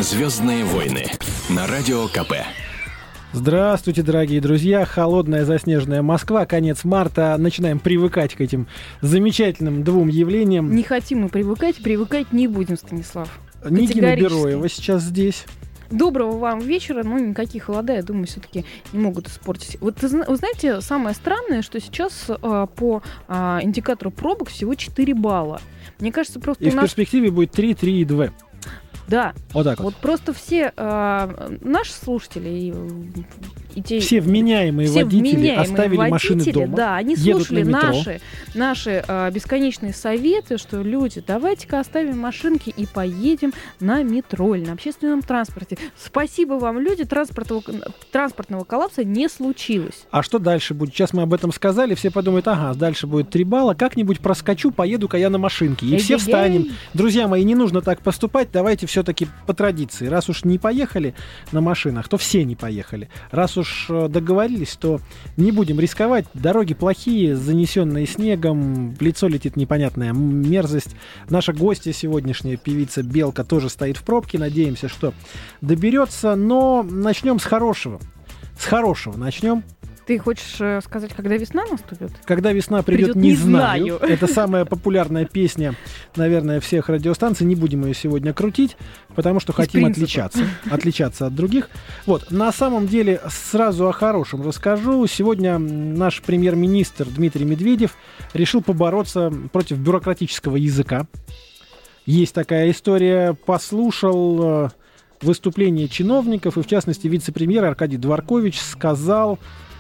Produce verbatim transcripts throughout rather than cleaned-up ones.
«Звездные войны» на Радио КП. Здравствуйте, дорогие друзья. Холодная заснеженная Москва. Конец марта. Начинаем привыкать к этим замечательным двум явлениям. Не хотим мы привыкать, привыкать не будем, Станислав. Нигина Бероева сейчас здесь. Доброго вам вечера. Ну, никакие холода, я думаю, все-таки не могут испортить. Вот вы знаете, самое странное, что сейчас э, по э, индикатору пробок всего четыре балла. Мне кажется, просто И у в нас... перспективе будет три, три и два. Да. Вот так вот. Вот просто все э, наши слушатели и, и те... Все вменяемые все водители вменяемые оставили водители, машины дома. Да, они едут слушали на метро. наши, наши э, бесконечные советы, что люди, давайте-ка оставим машинки и поедем на метро или на общественном транспорте. Спасибо вам, люди, транспортного, транспортного коллапса не случилось. А что дальше будет? Сейчас мы об этом сказали, все подумают, ага, дальше будет три балла, как-нибудь проскочу, поеду-ка я на машинке. И все встанем. Друзья мои, не нужно так поступать, давайте все-таки по традиции. Раз уж не поехали на машинах, то все не поехали. Раз уж договорились, то не будем рисковать. Дороги плохие, занесенные снегом, в лицо летит непонятная мерзость. Наша гостья сегодняшняя, певица Белка, тоже стоит в пробке. Надеемся, что доберется. Но начнем с хорошего. С хорошего начнем. Ты хочешь э, сказать, когда весна наступит? Когда весна придет, придет не, не знаю. знаю. Это самая популярная песня, наверное, всех радиостанций. Не будем ее сегодня крутить, потому что Из хотим принципа. отличаться, отличаться от других. Вот, на самом деле, сразу о хорошем расскажу. Сегодня наш премьер-министр Дмитрий Медведев решил побороться против бюрократического языка. Есть такая история. Послушал выступление чиновников, и в частности вице-премьер Аркадий Дворкович сказал,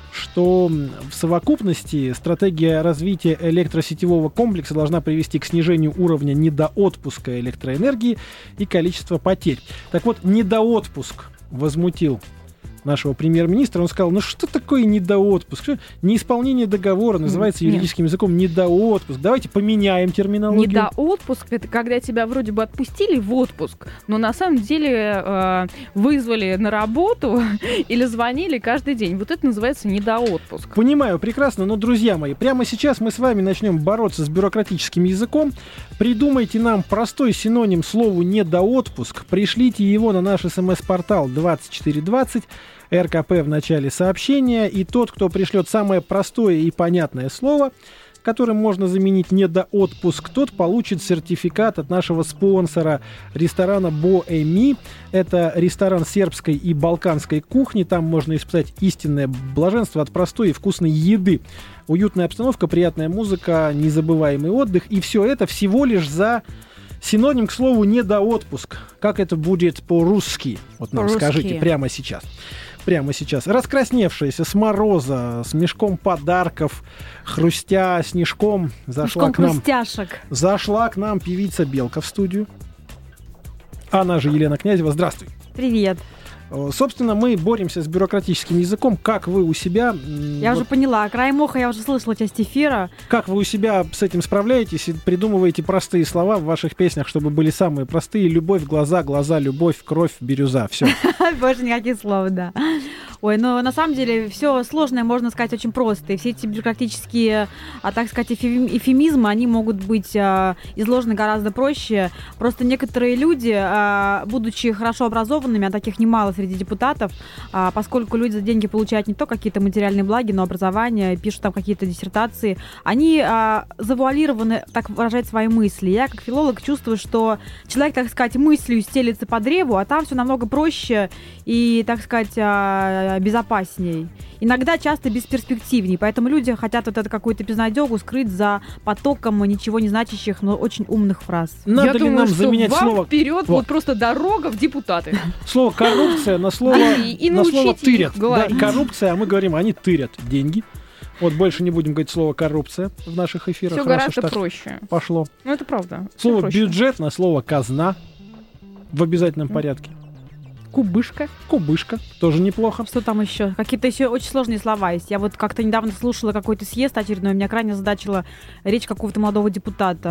что в совокупности стратегия развития электросетевого комплекса должна привести к снижению уровня недоотпуска электроэнергии и количества потерь. Так вот, недоотпуск возмутил нашего премьер-министра. Он сказал, ну что такое недоотпуск? Что? Неисполнение договора называется юридическим Нет. языком недоотпуск. Давайте поменяем терминологию. Недоотпуск — это когда тебя вроде бы отпустили в отпуск, но на самом деле э, вызвали на работу или звонили каждый день. Вот это называется недоотпуск. Понимаю, прекрасно, но, друзья мои, прямо сейчас мы с вами начнем бороться с бюрократическим языком. Придумайте нам простой синоним слову недоотпуск, пришлите его на наш смс-портал двадцать четыре двадцать, эр ка пэ в начале сообщения, и тот, кто пришлет самое простое и понятное слово, которым можно заменить недоотпуск, тот получит сертификат от нашего спонсора ресторана Боэми. Это ресторан сербской и балканской кухни. Там можно испытать истинное блаженство от простой и вкусной еды. Уютная обстановка, приятная музыка, незабываемый отдых. И все это всего лишь за синоним к слову недоотпуск. Как это будет по-русски? Вот нам по-русски. Скажите прямо сейчас. Прямо сейчас. Раскрасневшаяся с мороза, с мешком подарков, хрустя снежком, зашла мешком к нам, хрустяшек. Зашла к нам певица Белка в студию. Она же Елена Князева. Здравствуй. Привет. Собственно, мы боремся с бюрократическим языком. Как вы у себя... Я вот, уже поняла. Краем уха я уже слышала часть эфира. Как вы у себя с этим справляетесь и придумываете простые слова в ваших песнях, чтобы были самые простые? Любовь, глаза, глаза, любовь, кровь, бирюза. Все. Больше никаких слов, да. Ой, ну на самом деле все сложное можно сказать очень просто. И все эти бюрократические, а, так сказать, эфемизмы, они могут быть а, изложены гораздо проще. Просто некоторые люди, а, будучи хорошо образованными, а таких немало среди депутатов, а, поскольку люди за деньги получают не только какие-то материальные благи, но образование, пишут там какие-то диссертации, они а, завуалированы так выражать свои мысли. Я как филолог чувствую, что человек, так сказать, мыслью стелится по древу, а там все намного проще и, так сказать, а, безопасней. Иногда часто бесперспективней. Поэтому люди хотят вот эту какую-то безнадегу скрыть за потоком ничего не значащих, но очень умных фраз. Надо Я ли думаю, нам что заменять вам слово... вперед, вот. вот просто дорога в депутаты. Слово коррупция на слово, И- и на слово научите их тырят. Да, говорить. коррупция, а мы говорим, они тырят деньги. Вот больше не будем говорить слово коррупция в наших эфирах. Все раз уж гораздо так проще. пошло. Ну, это правда. Всё Слово проще. бюджет на слово казна в обязательном порядке. Кубышка. Кубышка тоже неплохо. Что там еще? Какие-то еще очень сложные слова есть. Я вот как-то недавно слушала какой-то съезд очередной, меня крайне озадачила речь какого-то молодого депутата.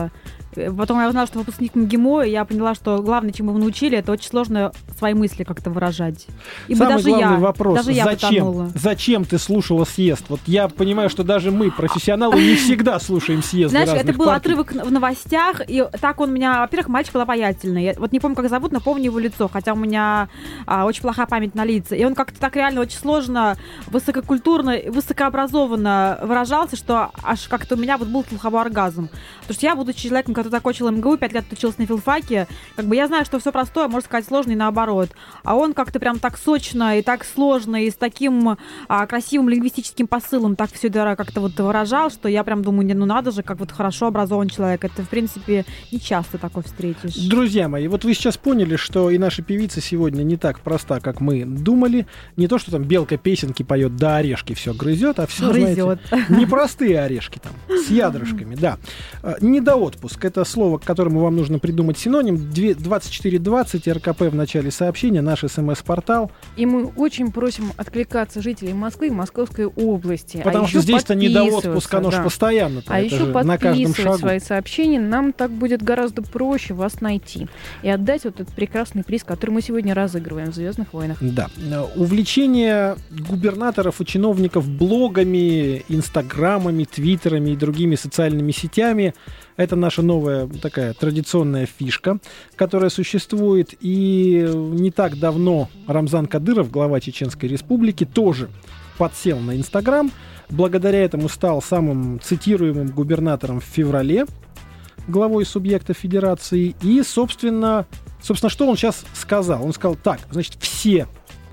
Потом я узнала, что выпускник МГИМО, и я поняла, что главное, чему вы научили, это очень сложно свои мысли как-то выражать. И Самый даже главный я, вопрос, даже я зачем, потонула. зачем ты слушала съезд? Вот я понимаю, что даже мы, профессионалы, не всегда слушаем съезды Знаешь, разных это был партий. отрывок в новостях, и так он меня... Во-первых, мальчик был обаятельный. Я вот не помню, как зовут, но помню его лицо, хотя у меня а, очень плохая память на лица. И он как-то так реально очень сложно, высококультурно, высокообразованно выражался, что аж как-то у меня вот был слуховой оргазм. Потому что я, будучи человеком, который закончил МГУ, пять лет училась на филфаке, как бы я знаю, что все простое, можно сказать, сложно и наоборот. А он как-то прям так сочно и так сложно, и с таким а, красивым лингвистическим посылом так все это как-то вот выражал, что я прям думаю, не, ну надо же, как вот хорошо образован человек. Это, в принципе, не часто такое встретишь. Друзья мои, вот вы сейчас поняли, что и наша певица сегодня не так проста, как мы думали. Не то, что там белка песенки поет, да орешки все грызет, а все, Грызет. знаете, непростые орешки там, с ядрышками, да. Недоотпуск — это слово, к которому вам нужно придумать синоним. двадцать четыре двадцать, РКП в начале сообщения, наш СМС-портал. И мы очень просим откликаться жителей Москвы и Московской области. Потому а что еще здесь-то недоотпуск, оно да. же постоянно. А это еще же на каждом подписывать шагу. свои сообщения, нам так будет гораздо проще вас найти и отдать вот этот прекрасный приз, который мы сегодня разыгрываем в «Звездных войнах». Да. Увлечение губернаторов и чиновников блогами, инстаграмами, твиттерами и другими социальными сетями — это наша новая такая традиционная фишка, которая существует. И не так давно Рамзан Кадыров, глава Чеченской Республики, тоже подсел на Инстаграм. Благодаря этому стал самым цитируемым губернатором в феврале, главой субъекта федерации. И, собственно, собственно, что он сейчас сказал? Он сказал: так, значит, все,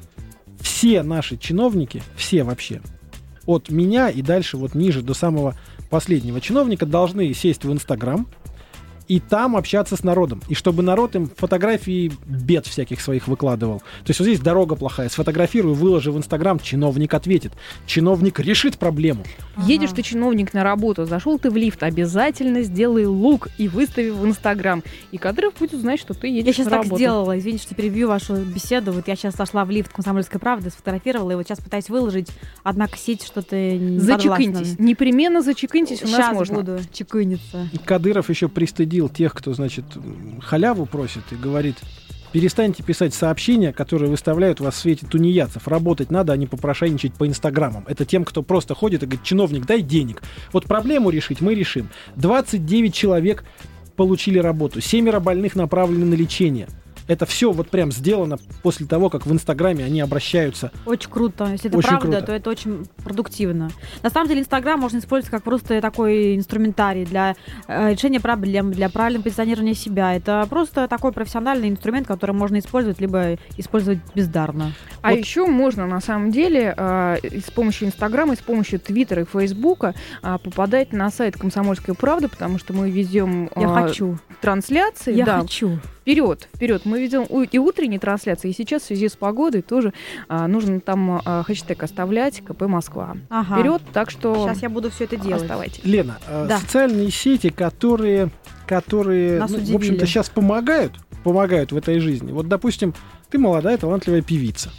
все наши чиновники, все вообще, от меня и дальше вот ниже до самого последнего чиновника, должны сесть в Инстаграм и там общаться с народом. И чтобы народ им фотографии бед всяких своих выкладывал. То есть вот здесь дорога плохая, сфотографирую, выложи в Инстаграм, чиновник ответит. Чиновник решит проблему. Ага. Едешь ты, чиновник, на работу, зашел ты в лифт, обязательно сделай лук и выстави в Инстаграм. И Кадыров будет знать, что ты едешь Я сейчас на так работу. сделала. Извините, что перебью вашу беседу. Вот я сейчас зашла в лифт «Комсомольской правды», сфотографировала, и вот сейчас пытаюсь выложить, однако сеть что-то не Зачекиньтесь. Непременно зачекиньтесь, у нас Сейчас можно. буду чекиниться. Кадыров еще пристыдил тех, кто, значит, халяву просит и говорит: перестаньте писать сообщения, которые выставляют вас в свете тунеядцев. Работать надо, а не попрошайничать по инстаграмам. Это тем, кто просто ходит и говорит: чиновник, дай денег. Вот проблему решить мы решим. двадцать девять человек получили работу, семеро больных направлены на лечение. Это все вот прям сделано после того, как в Инстаграме они обращаются. Очень круто. Если это Очень правда, круто. то это очень продуктивно. На самом деле Инстаграм можно использовать как просто такой инструментарий для э, решения проблем, для правильного позиционирования себя. Это просто такой профессиональный инструмент, который можно использовать, либо использовать бездарно. А Вот. еще можно, на самом деле, э, и с помощью Инстаграма, и с помощью Твиттера и Фейсбука э, попадать на сайт «Комсомольской правды», потому что мы ведем Я э, хочу. трансляции. Я да, хочу. Вперед, вперед. Мы ведем у- и утренние трансляции, и сейчас в связи с погодой тоже а, нужно там а, хэштег оставлять КП Москва. Ага. Вперед, так что Сейчас я буду все это делать. оставайтесь. Лена, э, Да. социальные сети, которые, которые Нас ну, в удивили. общем-то, сейчас помогают, помогают в этой жизни. Вот, допустим, ты молодая, талантливая певица.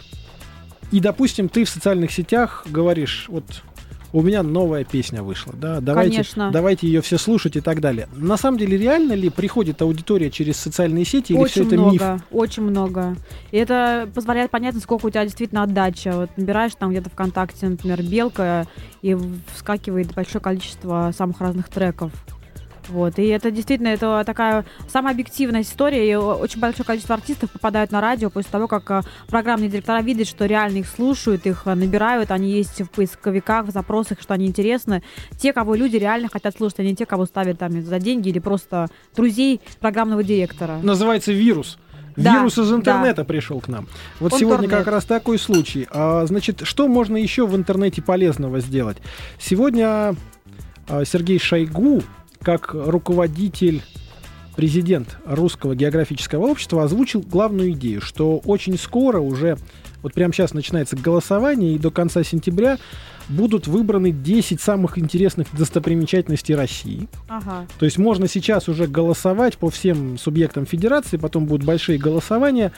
И, допустим, ты в социальных сетях говоришь: вот у меня новая песня вышла, да, давайте, Конечно. давайте ее все слушать и так далее. На самом деле, реально ли приходит аудитория через социальные сети, или все Очень это много, миф? очень много. И это позволяет понять, насколько у тебя действительно отдача. Вот набираешь там где-то ВКонтакте, например, «Белка», и вскакивает большое количество самых разных треков. Вот. И это действительно это такая самая объективная история. И очень большое количество артистов попадают на радио после того, как а, программные директора видят, что реально их слушают, их а, набирают, они есть в поисковиках, в запросах, что они интересны. Те, кого люди реально хотят слушать, а не те, кого ставят там за деньги или просто друзей программного директора. Называется вирус. Да, Вирус из интернета пришел к нам. Вот сегодня Интернет. как раз такой случай. А, значит, что можно еще в интернете полезного сделать? Сегодня а, Сергей Шойгу, как руководитель, президент Русского географического общества, озвучил главную идею, что очень скоро уже, вот прямо сейчас начинается голосование, и до конца сентября будут выбраны десять самых интересных достопримечательностей России. Ага. То есть можно сейчас уже голосовать по всем субъектам федерации, потом будут большие голосования.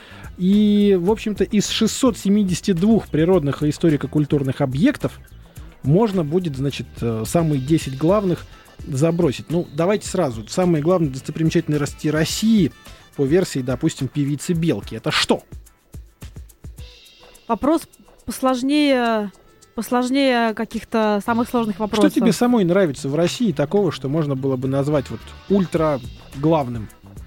И, в общем-то, из шестисот семидесяти двух природных и историко-культурных объектов можно будет, значит, э, самые десять главных забросить. Ну, давайте сразу. Самые главные достопримечательности России по версии, допустим, певицы Белки. Это что? Вопрос посложнее, посложнее каких-то самых сложных вопросов. Что тебе самой нравится в России такого, что можно было бы назвать вот ультра главным?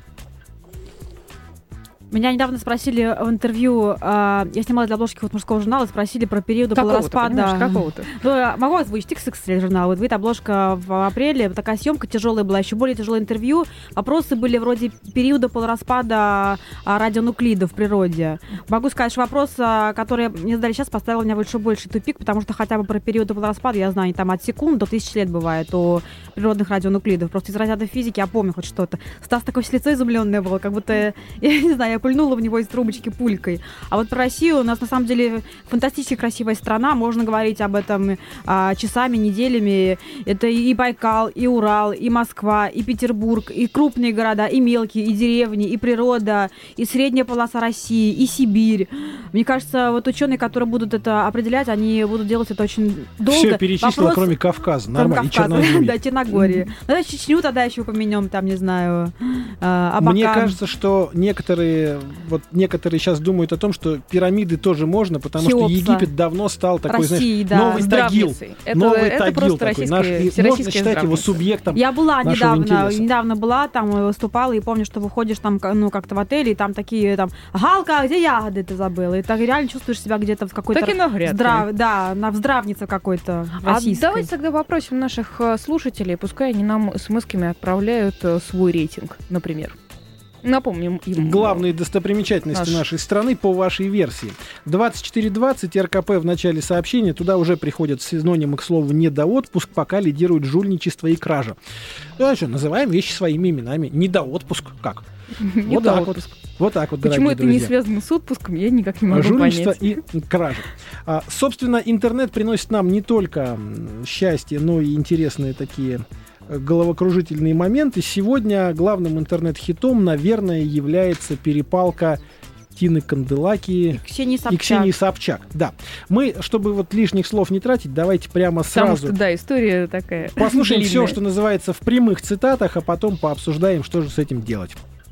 Меня недавно спросили в интервью, э, я снимала для обложки вот мужского журнала, спросили про период полураспада. Какого-то. Ну, я могу озвучить икс икс эль журнал. Вот выйдет обложка в апреле, такая съемка тяжелая была, еще более тяжелое интервью. Вопросы были вроде периода полураспада а, радионуклидов в природе. Могу сказать, что вопрос, а, который мне задали сейчас, поставил меня в еще больший тупик, потому что хотя бы про периоды полураспада я знаю, там от секунд до тысяч лет бывает у природных радионуклидов. Просто из разряда физики я помню хоть что-то. Стас такое лицо изумленное было, как будто, я не знаю, я пульнула в него из трубочки пулькой. А вот про Россию у нас на самом деле фантастически красивая страна, можно говорить об этом а, часами, неделями. Это и Байкал, и Урал, и Москва, и Петербург, и крупные города, и мелкие, и деревни, и природа, и средняя полоса России, и Сибирь. Мне кажется, вот ученые, которые будут это определять, они будут делать это очень долго. Все перечислила, Вопрос... кроме Кавказа. Нормально. И Черногории. Да, Черногории. Давай Чечню тогда еще упомянем, там, не знаю, Абакан. Мне кажется, что некоторые, вот некоторые сейчас думают о том, что пирамиды тоже можно, потому Хеопса. что Египет давно стал такой, России, знаешь, да. новый Тагил. Это, новый это Тагил просто такой. Наш, и можно считать его субъектом. Я была нашего недавно, интереса. недавно была там, выступала, и помню, что выходишь там, ну, как-то в отеле, и там такие, там, Галка, где ягоды ты забыла? И так реально чувствуешь себя где-то в какой-то... Так и на грядке. Здрав... Да, на в здравнице какой-то российской. А давайте тогда попросим наших э, слушателей, пускай они нам смс-ками отправляют э, свой рейтинг, например. Напомним им. Главные достопримечательности Наш. нашей страны по вашей версии. двадцать четыре двадцать эр ка пэ в начале сообщения. Туда уже приходят синонимы к слову «недоотпуск», пока лидирует жульничество и кража. Ну а что, называем вещи своими именами. Недоотпуск. Как? Вот так вот. Вот так вот, Почему это дорогие не друзья. связано с отпуском, я никак не могу Жульничество понять. и кража. А, собственно, интернет приносит нам не только м, счастье, но и интересные такие головокружительные моменты. Сегодня главным интернет-хитом, наверное, является перепалка Тины Канделаки И Ксении Собчак. и Ксении Собчак. Да. Мы, чтобы вот лишних слов не тратить, давайте прямо Потому сразу что, да, история такая послушаем все, длинная. что называется, в прямых цитатах, а потом пообсуждаем, что же с этим делать.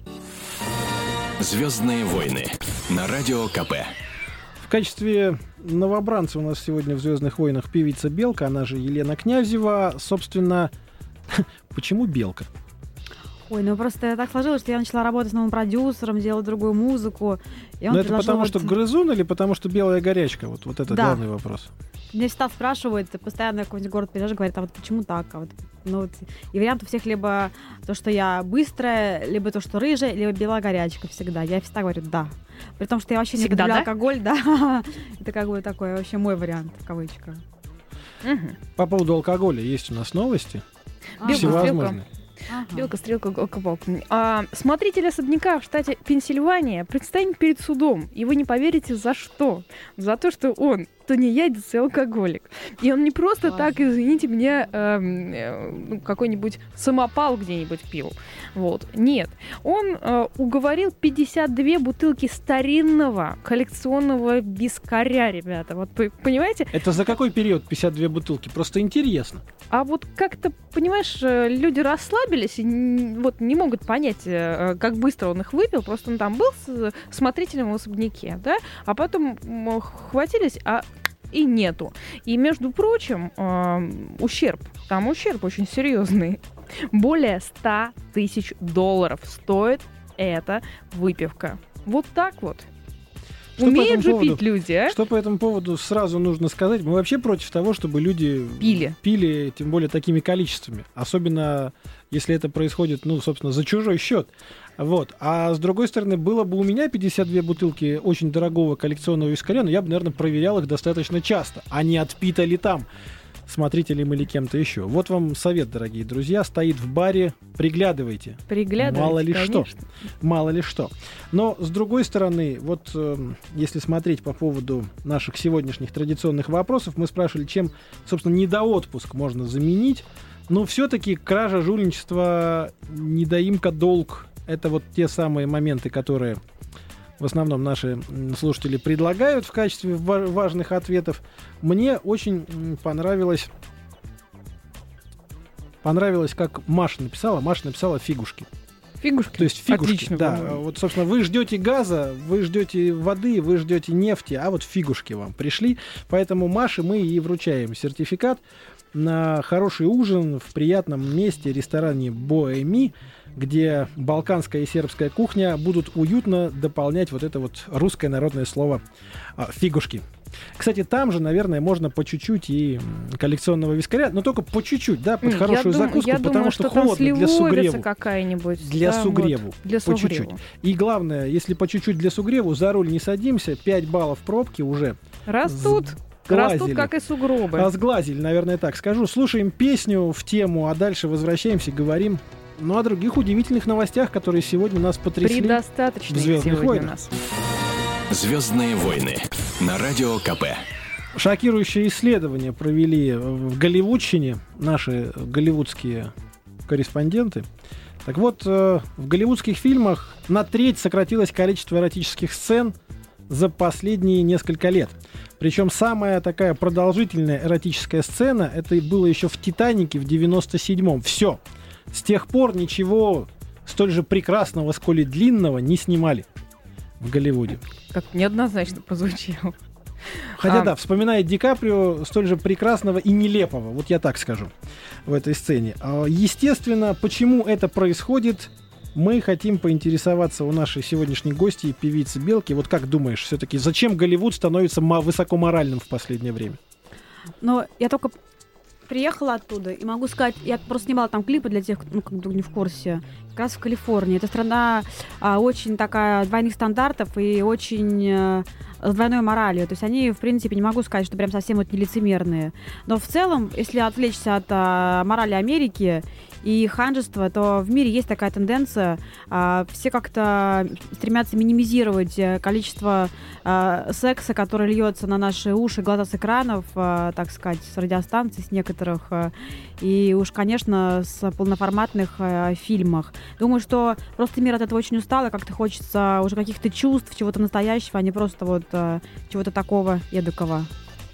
«Звездные войны» на Радио КП. В качестве новобранца у нас сегодня в «Звездных войнах» певица Белка, она же Елена Князева. Собственно, почему Белка? Ой, ну просто так сложилось, что я начала работать с новым продюсером, делать другую музыку. И он Ну это предложил потому, вот- что грызун или потому, что белая горячка? Вот, вот это Да. главный вопрос. Меня всегда спрашивают, постоянно в какой-нибудь город приезжаешь, говорят, а вот почему так? А вот, ну, вот. И вариант у всех либо то, что я быстрая, либо то, что рыжая, либо белая горячка всегда. Я всегда говорю «да». При том, что я вообще не Всегда, люблю да? алкоголь, да. Это как бы такой вообще мой вариант, в кавычках. Мгм. По поводу алкоголя есть у нас новости. Белка, Всевозможные. Ага. Белка, стрелка, колка-палка. А, смотритель особняка в штате Пенсильвания предстанет перед судом, и вы не поверите, за что. За то, что он тунеядец и алкоголик. И он не просто Ладно. так, извините меня, эм, э, ну, какой-нибудь самопал где-нибудь пил. Вот. Нет. Он э, уговорил пятьдесят две бутылки старинного коллекционного вискаря, ребята. Вот вы понимаете? Это за какой период пятьдесят две бутылки? Просто интересно. А вот как-то, понимаешь, э, люди расслабились и н- вот не могут понять, э, как быстро он их выпил. Просто он там был с смотрителем в особняке, да? А потом м, хватились, а и нету. И, между прочим, э, ущерб, там ущерб очень серьезный. Более ста тысяч долларов стоит эта выпивка. Вот так вот. Что по Умеют этому же поводу? пить люди, а? Что по этому поводу сразу нужно сказать? Мы вообще против того, чтобы люди Пили. пили, тем более такими количествами. Особенно, если это происходит, ну, собственно, за чужой счет. Вот. А с другой стороны, было бы у меня пятьдесят две бутылки очень дорогого коллекционного вискаря, но я бы, наверное, проверял их достаточно часто, а не отпито ли там смотрителем или кем-то еще. Вот вам совет, дорогие друзья. Стоит в баре, приглядывайте. Приглядывайте, Мало ли конечно. что. Мало ли что. Но, с другой стороны, вот э, если смотреть по поводу наших сегодняшних традиционных вопросов, мы спрашивали, чем, собственно, недоотпуск можно заменить. Но все-таки кража, жульничество, недоимка, долг — это вот те самые моменты, которые в основном наши м, слушатели предлагают в качестве ва- важных ответов. Мне очень м, понравилось понравилось, как Маша написала. Маша написала фигушки. Фигушки? То есть фигушки, Отлично, да. по-моему. Вот, собственно, вы ждете газа, вы ждете воды, вы ждете нефти, а вот фигушки вам пришли. Поэтому Маше мы и вручаем сертификат на хороший ужин в приятном месте, ресторане Боэми, где балканская и сербская кухня будут уютно дополнять вот это вот русское народное слово а, фигушки. Кстати, там же, наверное, можно по чуть-чуть и коллекционного вискаря, но только по чуть-уть, да, под Я хорошую дум- закуску, я потому думаю, что, что там холодно для сливовица сугреву. какая-нибудь. Для да, сугреву. вот, для по чуть-чуть. сугреву. И главное, если по чуть-чуть для сугреву, за руль не садимся, пять баллов пробки уже Растут. сглазили. Растут, как и сугробы. А сглазили, наверное, так скажу. Слушаем песню в тему, а дальше возвращаемся, говорим ну, о других удивительных новостях, которые сегодня нас потрясли. Предостаточно в их «Звездных сегодня войнах». у нас. «Звездные войны» на Радио КП. Шокирующее исследование провели в Голливудщине наши голливудские корреспонденты. Так вот, э, в голливудских фильмах на треть сократилось количество эротических сцен за последние несколько лет. Причем самая такая продолжительная эротическая сцена, это было еще в «Титанике» в девяносто седьмом. Все. С тех пор ничего столь же прекрасного, сколь и длинного не снимали в Голливуде. Как неоднозначно прозвучало. Хотя А. да, вспоминает Ди Каприо столь же прекрасного и нелепого, вот я так скажу, в этой сцене. А, Естественно, почему это происходит, мы хотим поинтересоваться у нашей сегодняшней гости, певицы Белки. Вот как думаешь, все-таки зачем Голливуд становится ма- высокоморальным в последнее время? Но я только приехала оттуда, и могу сказать, я просто снимала там клипы для тех, ну, как бы не в курсе, как раз в Калифорнии. Это страна а, очень такая двойных стандартов и очень а, с двойной моралью. То есть они, в принципе, не могу сказать, что прям совсем вот не лицемерные. Но в целом, если отвлечься от а, морали Америки и ханжества, то в мире есть такая тенденция. А, все как-то стремятся минимизировать э, количество а, секса, который льется на наши уши, глаза с экранов, а, так сказать, с радиостанций, с некоторых. а, И уж, конечно, с полноформатных а, фильмах. Думаю, что просто мир от этого очень устал, и как-то хочется уже каких-то чувств, чего-то настоящего, а не просто вот а, чего-то такого эдакого.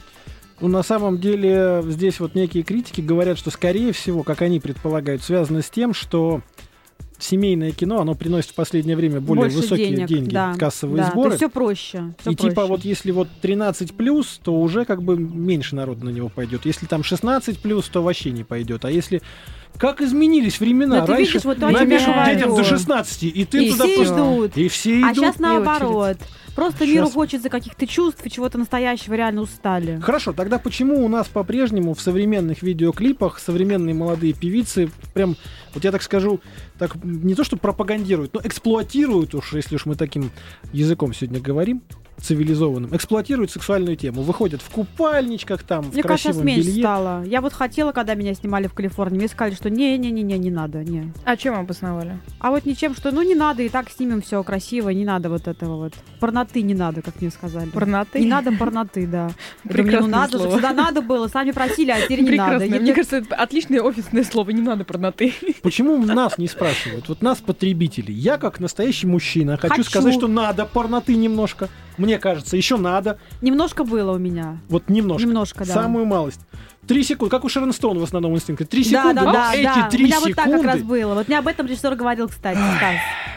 Ну, на самом деле, здесь вот некие критики говорят, что, скорее всего, как они предполагают, связано с тем, что семейное кино, оно приносит в последнее время более Больше высокие денег, деньги, да, кассовые да, сборы. все проще. всё И типа проще. вот если вот тринадцать плюс, то уже как бы меньше народу на него пойдет. Если там шестнадцать плюс, то вообще не пойдет. А если... Как изменились времена. Но ты Раньше видишь, вот то, о чем я напишут говорю. детям до шестнадцати, и ты И туда все просто... ждут. И все А идут. сейчас наоборот. Просто Щас- миру хочется каких-то чувств и чего-то настоящего, реально устали. Хорошо, тогда почему у нас по-прежнему в современных видеоклипах современные молодые певицы прям, вот я так скажу, так не то что пропагандируют, но эксплуатируют уж, если уж мы таким языком сегодня говорим, цивилизованным, эксплуатируют сексуальную тему. Выходят в купальничках, там, в Мне кажется, красивом меньше белье. стало. Я вот хотела, когда меня снимали в Калифорнии, мне сказали, что не-не-не, не надо, не. А чем обосновали? А вот ничем, что ну не надо, и так снимем все красиво, не надо вот этого вот. Порноты не надо, как мне сказали. Порноты? Не надо порноты, да. Я думаю, Прекрасное ну надо, слово. же, всегда надо было, сами просили, а теперь не надо. Прекрасно. Я Мне так- кажется, это отличное офисное слово. Не надо порноты. Почему нас не спрашивают? Вот нас, потребителей. Я, как настоящий мужчина, хочу, Хочу. сказать, что надо порноты немножко. Мне кажется, еще надо. Немножко было у меня. Вот немножко. Немножко, да. Самую малость. Три секунды. Как у Шерон Стоун в основном инстинкте. Три Да, секунды. да, Вот да, эти да. У три меня вот так как раз секунды. было. Вот мне об этом режиссер говорил, кстати, Стас.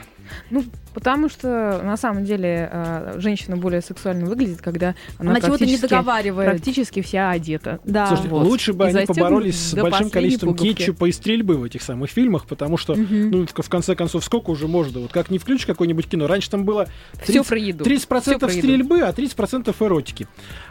Ну, потому что на самом деле э, женщина более сексуально выглядит, когда она, Она чего-то не практически- договаривает. практически вся одета. Да. Слушайте, Вот. лучше бы И они застегнут поборолись с до большим последней количеством пуговки. кетчупа и стрельбы в этих самых фильмах, потому что, Мгм. ну, в, в конце концов, сколько уже можно? Вот как не включишь какое-нибудь кино. Раньше там было Все тридцать, про еду. тридцать процентов Всё про еду. стрельбы, а тридцать процентов эротики.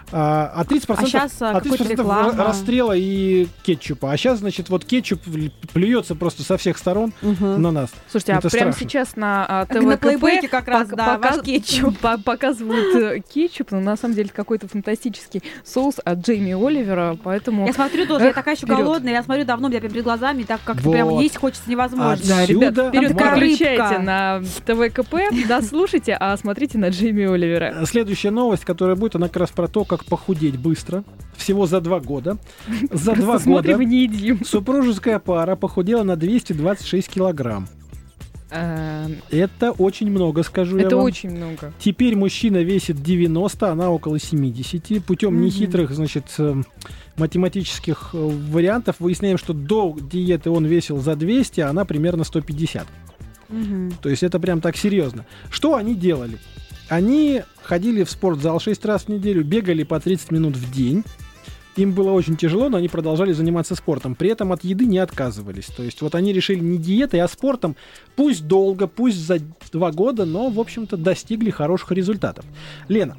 А, а тридцать процентов, А щас, а, а тридцать процентов какой-то реклама. расстрела и кетчупа. А сейчас, значит, вот кетчуп плюется просто со всех сторон Мгм. на нас. Слушайте, а Это прямо страшно. сейчас на а, На плейбеке ТВ-КП как раз, пок- да, показ- ваш кетчуп. по- показывают э, кетчуп, но на самом деле это какой-то фантастический соус от Джейми Оливера, поэтому... Я смотрю тоже, я Эх, такая еще вперед. голодная, я смотрю давно, у меня прям перед глазами, так как-то Вот. прям есть хочется невозможно. Отсюда Ребят, вперед, Марк. переключайте Рыбка. на ТВ-КП, да, слушайте, а смотрите на Джейми Оливера. Следующая новость, которая будет, она как раз про то, как похудеть быстро. Всего за два года. За два Просто смотри, года мы не едим. супружеская пара похудела на двести двадцать шесть килограмм. Э, Это очень много, скажу я Это вам. очень много. Теперь мужчина весит девяносто, она около семьдесят. Путем Мгм. нехитрых, значит, э, математических э, вариантов выясняем, что до диеты он весил за двести, а она примерно сто пятьдесят. Мгм. То есть это прям так серьезно. Что они делали? Они ходили в спортзал шесть раз в неделю, бегали по тридцать минут в день. Им было очень тяжело, но они продолжали заниматься спортом. При этом от еды не отказывались. То есть вот они решили не диетой, а спортом. Пусть долго, пусть за два года, но, в общем-то, достигли хороших результатов. Лена,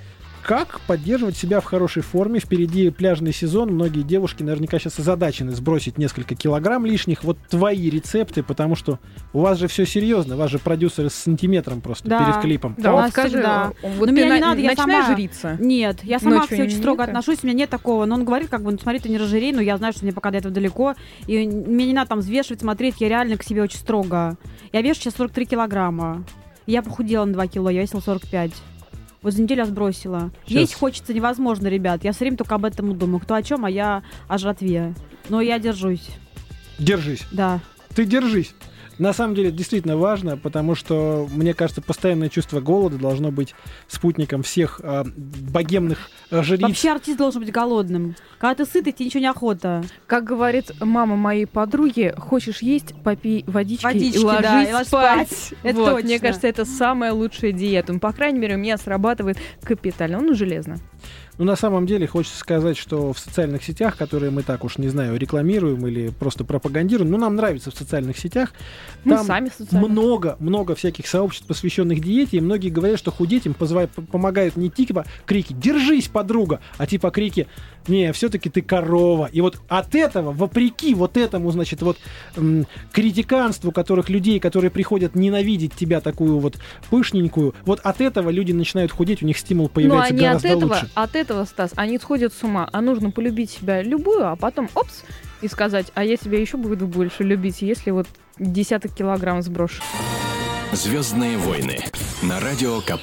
как поддерживать себя в хорошей форме? Впереди пляжный сезон. Многие девушки наверняка сейчас озадачены сбросить несколько килограмм лишних. Вот твои рецепты, потому что у вас же все серьезно. У вас же продюсеры с сантиметром просто Да. перед клипом. Да, У вот нас скажи, всегда. вот Но ты меня не на- надо, я ночная сама- жрица? Нет, я сама к Ночью себе очень не строго это? отношусь, у меня нет такого. Но он говорит, как бы, ну смотри, ты не разжирей, но я знаю, что мне пока до этого далеко. И мне не надо там взвешивать, смотреть, я реально к себе очень строго. Я вешу сейчас сорок три килограмма. Я похудела на два кило, я весила сорок пять. Вот за неделю я сбросила. Щас. Есть хочется невозможно, ребят. Я все время только об этом и думаю. Кто о чем, а я о жратве. Но я держусь, Держись. да. Ты держись. На самом деле, это действительно важно, потому что, мне кажется, постоянное чувство голода должно быть спутником всех э, богемных э, жриц. Вообще артист должен быть голодным. Когда ты сытый, тебе ничего не охота. Как говорит мама моей подруги, хочешь есть, попей водички, Водички, и ложись да, и ложись спать. спать. Это Вот, точно. Мне кажется, это самая лучшая диета. Ну, по крайней мере, у меня срабатывает капитально. Ну, железно. Ну, на самом деле, хочется сказать, что в социальных сетях, которые мы так уж, не знаю, рекламируем или просто пропагандируем, ну, нам нравится в социальных сетях, Мы там сами социально. много, много всяких сообществ, посвященных диете, и многие говорят, что худеть им позва- п- помогают не типа крики «держись, подруга», а типа крики «не, все-таки ты корова». И вот от этого, вопреки вот этому, значит, вот м, критиканству, которых людей, которые приходят ненавидеть тебя такую вот пышненькую, вот от этого люди начинают худеть, у них стимул Ну, появляется а не от гораздо этого, лучше. от этого, Стас, они сходят с ума. А нужно полюбить себя любую, а потом, опс, и сказать, а я тебя еще буду больше любить, если вот десяток килограмм сброшу. «Звездные войны» на Радио КП.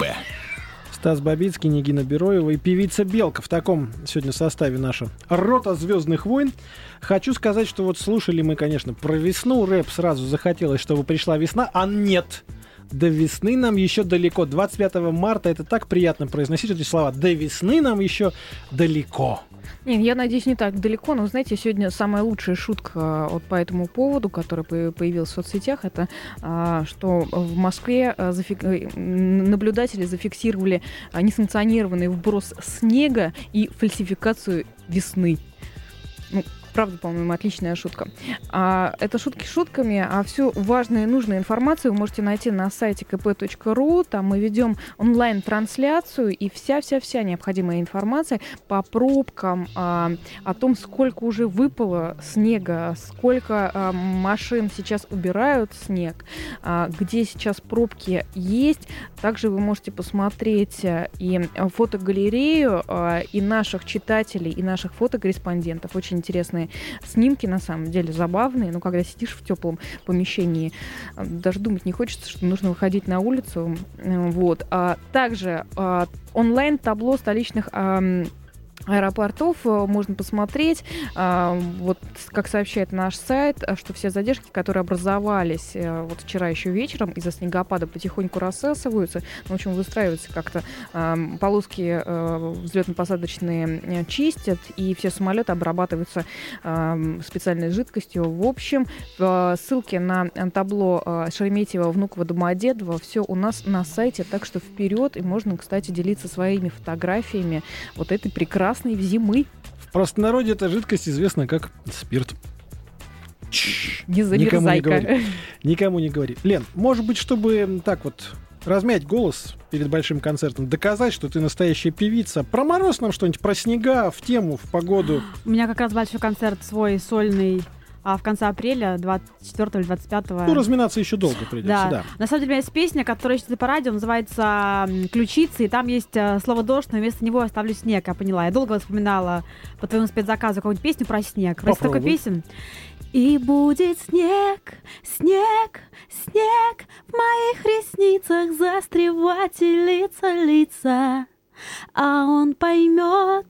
Стас Бабицкий, Нигина Бероева и певица Белка. В таком сегодня составе наша рота «Звездных войн». Хочу сказать, что вот слушали мы, конечно, про весну. Рэп сразу захотелось, чтобы пришла весна, а нет. До весны нам еще далеко. двадцать пятого марта, это так приятно произносить эти слова. До весны нам еще далеко. Нет, я надеюсь, не так далеко, но, знаете, сегодня самая лучшая шутка вот по этому поводу, которая по- появилась в соцсетях, это а, что в Москве а, зафик- э, наблюдатели зафиксировали а, несанкционированный вброс снега и фальсификацию весны. Ну, правда, по-моему, отличная шутка. А, это шутки шутками, а всю важную и нужную информацию вы можете найти на сайте ка пэ точка ру. Там мы ведем онлайн-трансляцию, и вся-вся-вся необходимая информация по пробкам, а, о том, сколько уже выпало снега, сколько а, машин сейчас убирают снег, а, где сейчас пробки есть. Также вы можете посмотреть а, и фотогалерею, а, и наших читателей, и наших фотокорреспондентов. Очень интересные снимки, на самом деле, забавные, но когда сидишь в теплом помещении, даже думать не хочется, что нужно выходить на улицу. Вот. А также а, онлайн-табло столичных а, аэропортов можно посмотреть. А, вот, как сообщает наш сайт, что все задержки, которые образовались а, вот вчера еще вечером из-за снегопада, потихоньку рассасываются. Ну, в общем, выстраиваются как-то а, полоски а, взлетно-посадочные а, чистят, и все самолеты обрабатываются а, специальной жидкостью. В общем, а, ссылки на табло а, Шереметьево, Внуково, Домодедово, все у нас на сайте, так что вперед, и можно, кстати, делиться своими фотографиями вот этой прекрасной зимы. В простонародье эта жидкость известна как спирт. Не Никому не замерзай-ка. говори. Никому не говори. Лен, может быть, чтобы так вот размять голос перед большим концертом, доказать, что ты настоящая певица, промороз нам что-нибудь про снега, в тему, в погоду. У меня как раз большой концерт свой, сольный, а в конце апреля, двадцать четвёртого или двадцать пятого. Ну, разминаться еще долго придется, Да. да. На самом деле, у меня есть песня, которая сейчас по радио, называется м, «Ключицы», и там есть э, слово «дождь», но вместо него я ставлю «снег», я поняла. Я долго вспоминала по твоему спецзаказу какую-нибудь песню про снег. Просто столько Попробуй. песен. И будет снег, снег, снег, в моих ресницах застревать и лица, лица. А он поймет,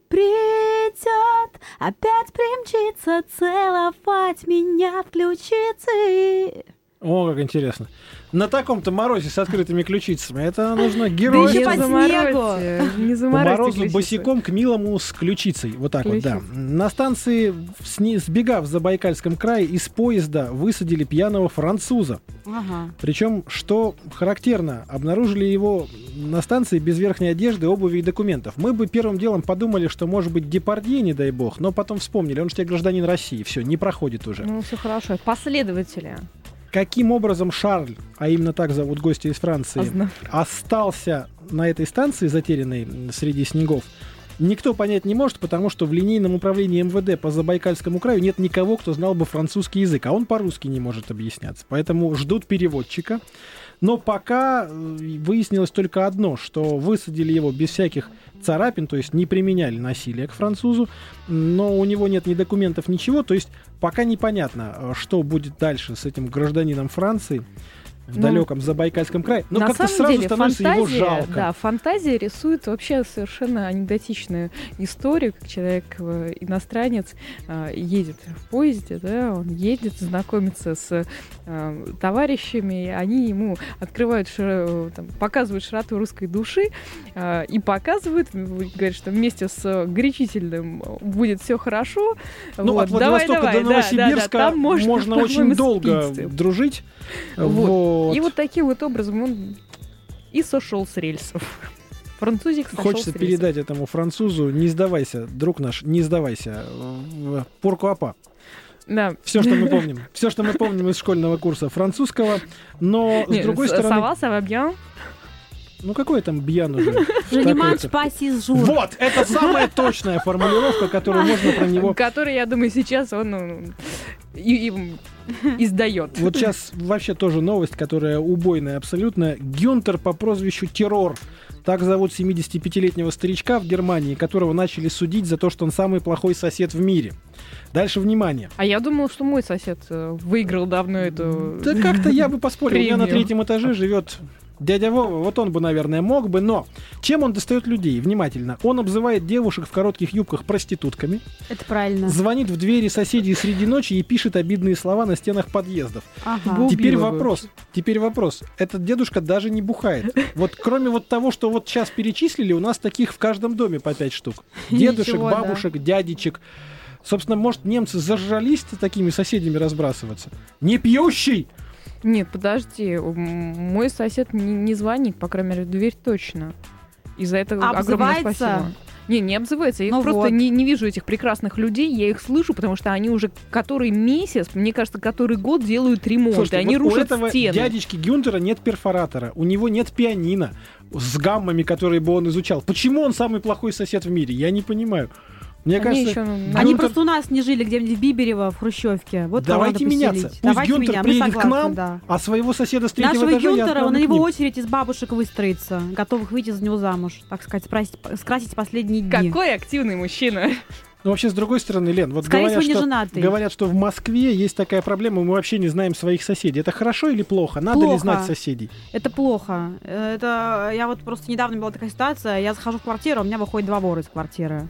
придет, опять примчится целовать меня в ключицы. О, как интересно. На таком-то морозе с открытыми ключицами. Это нужно герой. Да еще Не по заморозьте, не По заморозьте морозу ключицы. босиком к милому с ключицей. Вот так Ключица. вот, да. На станции, в сни- сбегав в Забайкальском крае, из поезда высадили пьяного француза. Ага. Причем, что характерно, обнаружили его на станции без верхней одежды, обуви и документов. Мы бы первым делом подумали, что может быть Депардье, не дай бог, но потом вспомнили, он же тебе гражданин России, все, не проходит уже. Ну, все хорошо. Последователи. Каким образом Шарль, а именно так зовут гостя из Франции, Озна- остался на этой станции, затерянной среди снегов, никто понять не может, потому что в линейном управлении эм вэ дэ по Забайкальскому краю нет никого, кто знал бы французский язык, а он по-русски не может объясняться. Поэтому ждут переводчика. Но пока э, выяснилось только одно, что высадили его без всяких царапин, то есть не применяли насилие к французу, но у него нет ни документов, ничего, то есть пока непонятно, э, что будет дальше с этим гражданином Франции в Ну, далеком Забайкальском крае. Но На как-то самом сразу деле, становится его фантазия, жалко. да, фантазия рисует вообще совершенно анекдотичную историю, как человек, э, иностранец, э, едет в поезде, да, он едет, знакомится с э, товарищами, и они ему открывают, широ- там, показывают широту русской души э, и показывают, говорят, что вместе с горячительным будет все хорошо. Ну, вот, от Владивостока давай, до давай, да, да, да, Новосибирска там можно, можно очень по-моему, долго спить. дружить. Вот. Вот. И вот таким вот образом он и сошел с рельсов. Французик сошел Хочется с рельсов. передать этому французу: не сдавайся, друг наш, не сдавайся. В Пуркуапа. Да. Все, что мы помним. Все, что мы помним из школьного курса французского. Но, с Не, другой с- стороны... Сова, сова, бьян. Ну, какой там бьян уже? Je ne mange Такой-то. pas six jours. Вот! Это самая точная формулировка, которую можно про него... Который, я думаю, сейчас он ну, и, и- издает. Вот сейчас вообще тоже новость, которая убойная абсолютно. Гюнтер по прозвищу Террор. Так зовут семидесятипятилетнего старичка в Германии, которого начали судить за то, что он самый плохой сосед в мире. Дальше внимание. А я думала, что мой сосед э, выиграл давно эту... Да как-то я бы поспорил. У меня на Премию. третьем этаже живет дядя Вова. Вот он бы, наверное, мог бы. Но чем он достает людей? Внимательно. Он обзывает девушек в коротких юбках проститутками, Это правильно. звонит в двери соседей среди ночи и пишет обидные слова на стенах подъездов. Ага. Бу- Теперь Убила бы вопрос. Теперь вопрос. Этот дедушка даже не бухает. Вот кроме вот того, что вот сейчас перечислили, у нас таких в каждом доме по пять штук. Дедушек, Ничего, да. бабушек, дядечек. Собственно, может, немцы зажрались с такими соседями разбрасываться? Не пьющий! Нет, подожди. м, Мой сосед не, не звонит, по крайней мере, в дверь точно. И за это огромное Обзывается? спасибо. Не, не обзывается. Я Ну просто вот. не, не вижу этих прекрасных людей. Я их слышу, потому что они уже который месяц, мне кажется, который год делают ремонт. Слушайте, и они вот у рушат этого стены. дядечки Гюнтера нет перфоратора, у него нет пианино с гаммами, которые бы он изучал. Почему он самый плохой сосед в мире? Я не понимаю. Мне Они кажется, еще, ну, Они Гюнтер- просто у нас не жили где-нибудь в Биберево, в Хрущевке. Вот кого давайте надо меняться. поселить. Пусть Давайте Гюнтер меня, мы приедет к согласны, нам, да. а своего соседа с третьего Нашего этажа я Гюнтера, отправлю на к него ним. очередь из бабушек выстроится, готовых выйти за него замуж, так сказать, скрасить, скрасить последние дни. Какой активный мужчина. Ну, вообще, с другой стороны, Лен, вот Скорее говорят всего, не что, женатый. говорят, что в Москве есть такая проблема, мы вообще не знаем своих соседей. Это хорошо или плохо? Надо ли Плохо. знать соседей? Это плохо. Это я вот просто недавно была такая ситуация. Я захожу в квартиру, у меня выходит два вора из квартиры.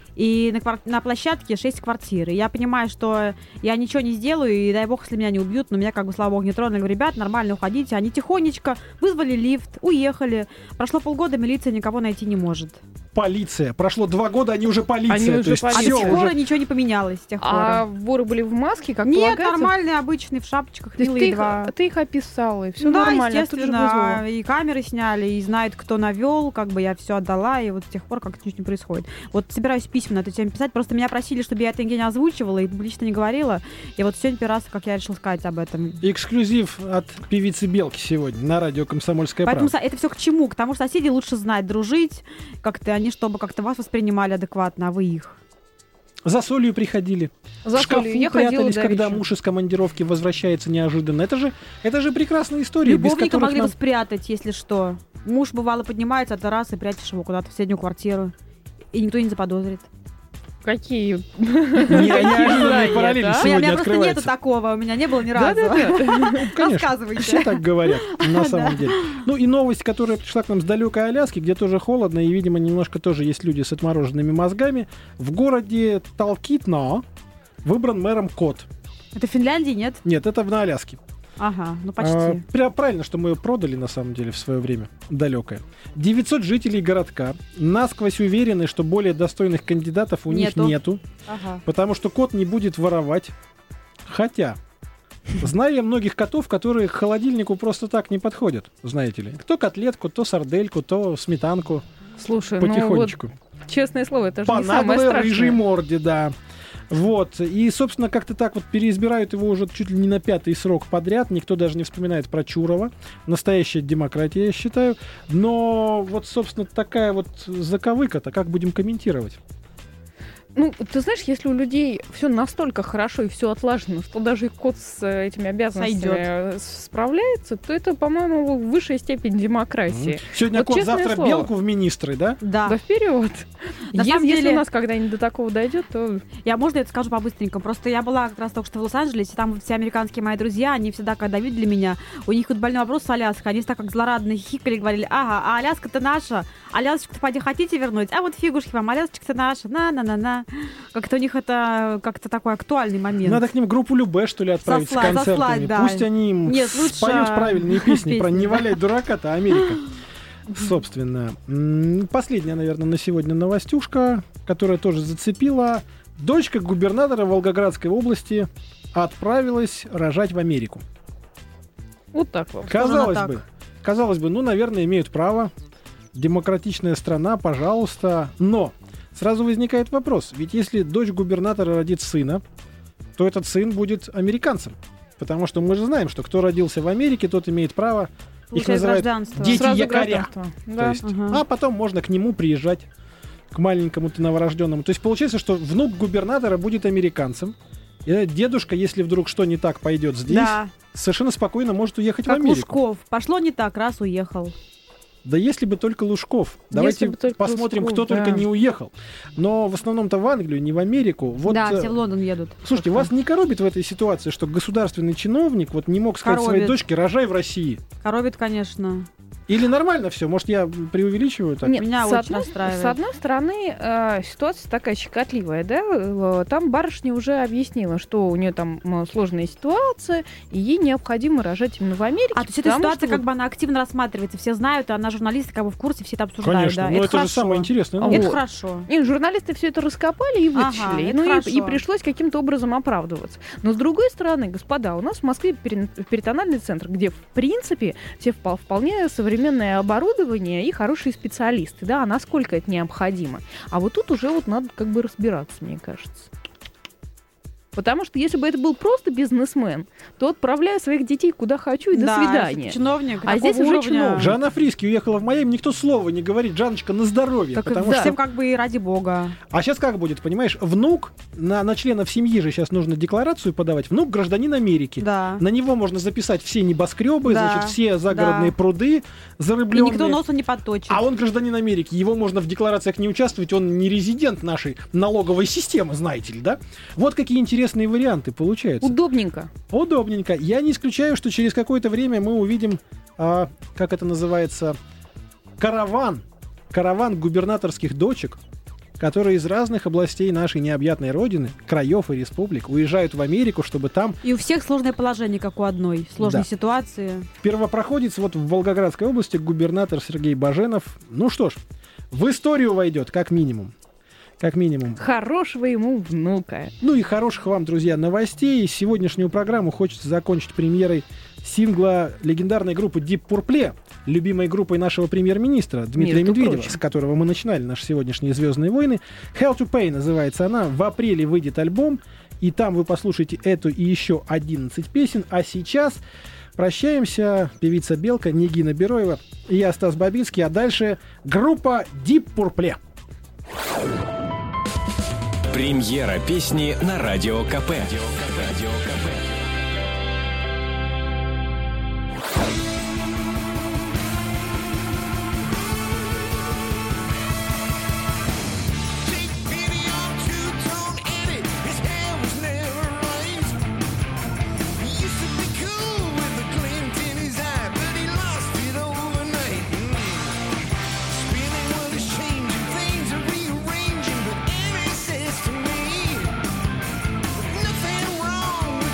И на, квар- на площадке шесть квартир. И я понимаю, что я ничего не сделаю, и дай бог, если меня не убьют, но меня, как бы, слава богу, не тронули. Я говорю, ребят, нормально, уходите. Они тихонечко вызвали лифт, уехали. Прошло полгода, милиция никого найти не может. Полиция. Прошло два года, они уже полиция. Они То уже есть полиция. А всё до сих пор уже. ничего не поменялось с тех пор. А воры были в маске, как Нет, полагается? нормальные, обычные, в шапочках, То есть ты милые их, два. ты их описала, и все да, нормально. а тут же естественно, вызвала. и камеры сняли, и знают, кто навел, как бы я все отдала, и вот с тех пор как-то ничего не происходит. Вот собираюсь письма на эту тему писать, просто меня просили, чтобы я это нигде не озвучивала и публично не говорила, и вот сегодня первый раз, как я решила сказать об этом. Эксклюзив от певицы Белки сегодня на радио «Комсомольская Поэтому правда». со- это все к чему? К тому, что соседей лучше знать, дружить, как-то они, чтобы как-то вас воспринимали адекватно, а вы их. За солью приходили. За в шкафу солью я ходила прятались, когда давеча. муж из командировки возвращается неожиданно. Это же, это же прекрасная история, без Любовника которых могли нам... бы спрятать, если что. Муж, бывало, поднимается от террасы, прячешь его куда-то в соседнюю квартиру, и никто не заподозрит. Какие? Неожиданные знания, параллели да? У меня сегодня просто нету открываются. такого, у меня не было ни разу. Да-да-да. Конечно, Рассказывайте. все так говорят, на самом деле. Ну и новость, которая пришла к нам с далекой Аляски, где тоже холодно, и, видимо, немножко тоже есть люди с отмороженными мозгами. В городе Талкитно выбран мэром кот. Это в Финляндии, нет? Нет, это на Аляске. Ага, ну почти. А, пря- правильно, что мы ее продали, на самом деле, в свое время, далекое. девятьсот жителей городка насквозь уверены, что более достойных кандидатов у Нету. них нету, Ага. потому что кот не будет воровать. Хотя, знаю я многих котов, которые к холодильнику просто так не подходят, знаете ли. Кто котлетку, то сардельку, то сметанку, Слушай, ну вот, потихонечку. честное слово, это же По не самое наглой страшное. рыжей морде, да. Вот. И, собственно, как-то так вот переизбирают его уже чуть ли не на пятый срок подряд. Никто даже не вспоминает про Чурова. Настоящая демократия, я считаю. Но вот, собственно, такая вот заковыка-то, как будем комментировать? Ну, ты знаешь, если у людей все настолько хорошо и все отлажено, что даже и кот с э, этими обязанностями э, справляется, то это, по-моему, высшая степень демократии. Сегодня Вот кот, честное завтра слово. белку в министры, да? Да. Да вперед! На Если, самом если деле- у нас когда-нибудь до такого дойдет, то Я, можно, это скажу по-быстренькому. Просто я была как раз только что в Лос-Анджелесе, там вот все американские мои друзья, они всегда, когда видели меня, у них вот больной вопрос с Аляской. Они всегда как злорадно хихикали, говорили: ага, а Аляска-то наша, Алясочку-то поди хотите вернуть? А вот фигушки вам, Алясочка-то наша, на-на-на-на. Как-то у них это как-то такой актуальный момент. Надо к ним группу Любэ, что ли, отправить Заслать, с концертами. заслать, да. Пусть они им Нет, лучше споют правильные песни про песни, «Не да. валяй дурака-то, Америка». Собственно. М, Последняя, наверное, на сегодня новостюшка, которая тоже зацепила. Дочка губернатора Волгоградской области отправилась рожать в Америку. вот так вот. Казалось так? бы, казалось бы, ну, наверное, имеют право. Демократичная страна, пожалуйста. Но сразу возникает вопрос. Ведь если дочь губернатора родит сына, то этот сын будет американцем. Потому что мы же знаем, что кто родился в Америке, тот имеет право. Их Получает называют гражданство. дети Сразу якоря. гражданство. То Да. есть, Ага. а потом можно к нему приезжать, к маленькому-то новорожденному. То есть получается, что внук губернатора будет американцем. И дедушка, если вдруг что не так пойдет здесь, Да, совершенно спокойно может уехать как в Америку. Лужков. Пошло не так, раз уехал. Да если бы только Лужков. Давайте бы только посмотрим, Лужков, кто да. только не уехал. Но в основном-то в Англию, не в Америку. Вот, Да, э, все в Лондон едут. слушайте, вас не коробит в этой ситуации, что государственный чиновник вот не мог сказать своей Коробит. дочке: рожай в России? Коробит, конечно. Или нормально все? Может, я преувеличиваю так? Нет, Меня с, очень одной, расстраивает. с одной стороны, э, ситуация такая щекотливая, да, э, там барышня уже объяснила, что у нее там м, сложная ситуация, и ей необходимо рожать именно в Америке. А, то есть эта потому ситуация что как бы она активно рассматривается, все знают, и она журналист, как бы в курсе, все это обсуждают. Конечно, да. но это, же хорошо. самое интересное. А Ну, Это вот. хорошо. И журналисты все это раскопали и вытащили. Ага, И, это ну, и, хорошо. и пришлось каким-то образом оправдываться. Но с другой стороны, господа, у нас в Москве перин- перитональный центр, где, в принципе, все впол- вполне современное оборудование и хорошие специалисты. Да, а насколько это необходимо? А вот тут уже вот надо как бы разбираться, мне кажется. Потому что если бы это был просто бизнесмен, то отправляю своих детей куда хочу и до Да, свидания. Чиновник. А такого здесь уже уровня. чиновник. Жанна Фриски уехала в Майами, никто слова не говорит: Жанночка, на здоровье. Так потому да. что... Всем как бы и ради бога. А сейчас как будет, понимаешь? Внук, на, на членов семьи же сейчас нужно декларацию подавать. Внук гражданин Америки. Да. На него можно записать все небоскребы, Да, значит, все загородные да. пруды И зарыбленные. никто носа не подточит. А он гражданин Америки, его можно в декларациях не участвовать, он не резидент нашей налоговой системы, знаете ли, да? Вот какие интересные варианты получаются. Удобненько. Удобненько. Я не исключаю, что через какое-то время мы увидим, а, как это называется, караван, караван губернаторских дочек, которые из разных областей нашей необъятной родины, краев и республик, уезжают в Америку, чтобы там И у всех сложное положение, как у одной. Сложной Да. ситуации. первопроходец вот в Волгоградской области, губернатор Сергей Баженов. Ну что ж, в историю войдет, как минимум. Как минимум. Хорошего ему внука. Ну и хороших вам, друзья, новостей. Сегодняшнюю программу хочется закончить премьерой сингла легендарной группы Deep Purple, любимой группой нашего премьер-министра Дмитрия Между Медведева, прочим. с которого мы начинали наши сегодняшние «Звездные войны». Hell to Pay называется она. В апреле выйдет альбом, и там вы послушаете эту и еще одиннадцать песен. А сейчас прощаемся. Певица Белка, Нигина Бероева и я, Стас Бабицкий. А дальше группа Deep Purple. Премьера песни на Радио КП. Nothing wrong with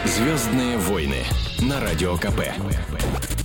«Звездные войны» на Радио ка пэ.